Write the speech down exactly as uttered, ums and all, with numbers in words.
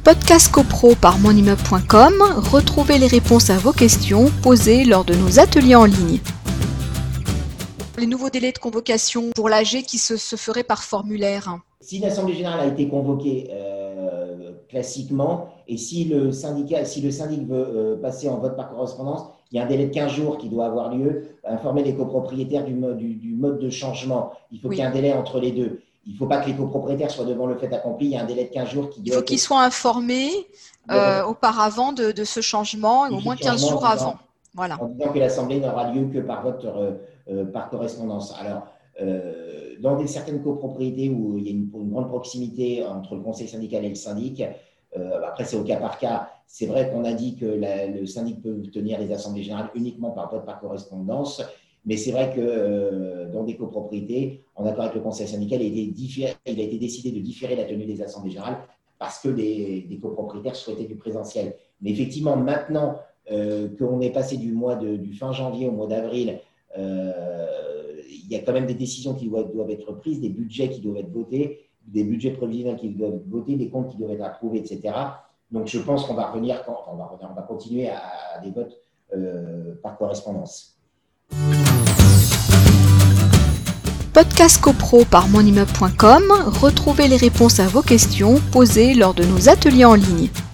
Podcast CoPro par monimmeuble point com, retrouvez les réponses à vos questions posées lors de nos ateliers en ligne. Les nouveaux délais de convocation pour l'A G qui se, se feraient par formulaire. Si l'Assemblée générale a été convoquée euh, classiquement, et si le syndicat, si le syndic veut euh, passer en vote par correspondance, il y a un délai de quinze jours qui doit avoir lieu, informer les copropriétaires du mode, du, du mode de changement. Il faut oui. qu'il y ait un délai entre les deux. Il ne faut pas que les copropriétaires soient devant le fait accompli. Il y a un délai de quinze jours qui doit Il faut qu'ils soient informés euh, auparavant de, de ce changement, et au moins quinze jours avant. Voilà. En disant que l'Assemblée n'aura lieu que par vote euh, euh, par correspondance. Alors, euh, dans des, certaines copropriétés où il y a une, une grande proximité entre le conseil syndical et le syndic, euh, après c'est au cas par cas, c'est vrai qu'on a dit que la, le syndic peut tenir les assemblées générales uniquement par vote par correspondance, mais c'est vrai que euh, dans des copropriétés, en accord avec le conseil syndical, il a été, diffé- il a été décidé de différer la tenue des assemblées générales parce que des, des copropriétaires souhaitaient du présentiel. Mais effectivement, maintenant euh, qu'on est passé du mois de, du fin janvier au mois d'avril, euh, il y a quand même des décisions qui doivent, doivent être prises, des budgets qui doivent être votés, des budgets prévisionnels qui doivent être votés, des comptes qui doivent être approuvés, et cetera. Donc, je pense qu'on va revenir, quand, enfin, on, va revenir on va continuer à, à des votes euh, par correspondance. Podcast CoPro par monimmeuble point com, retrouvez les réponses à vos questions posées lors de nos ateliers en ligne.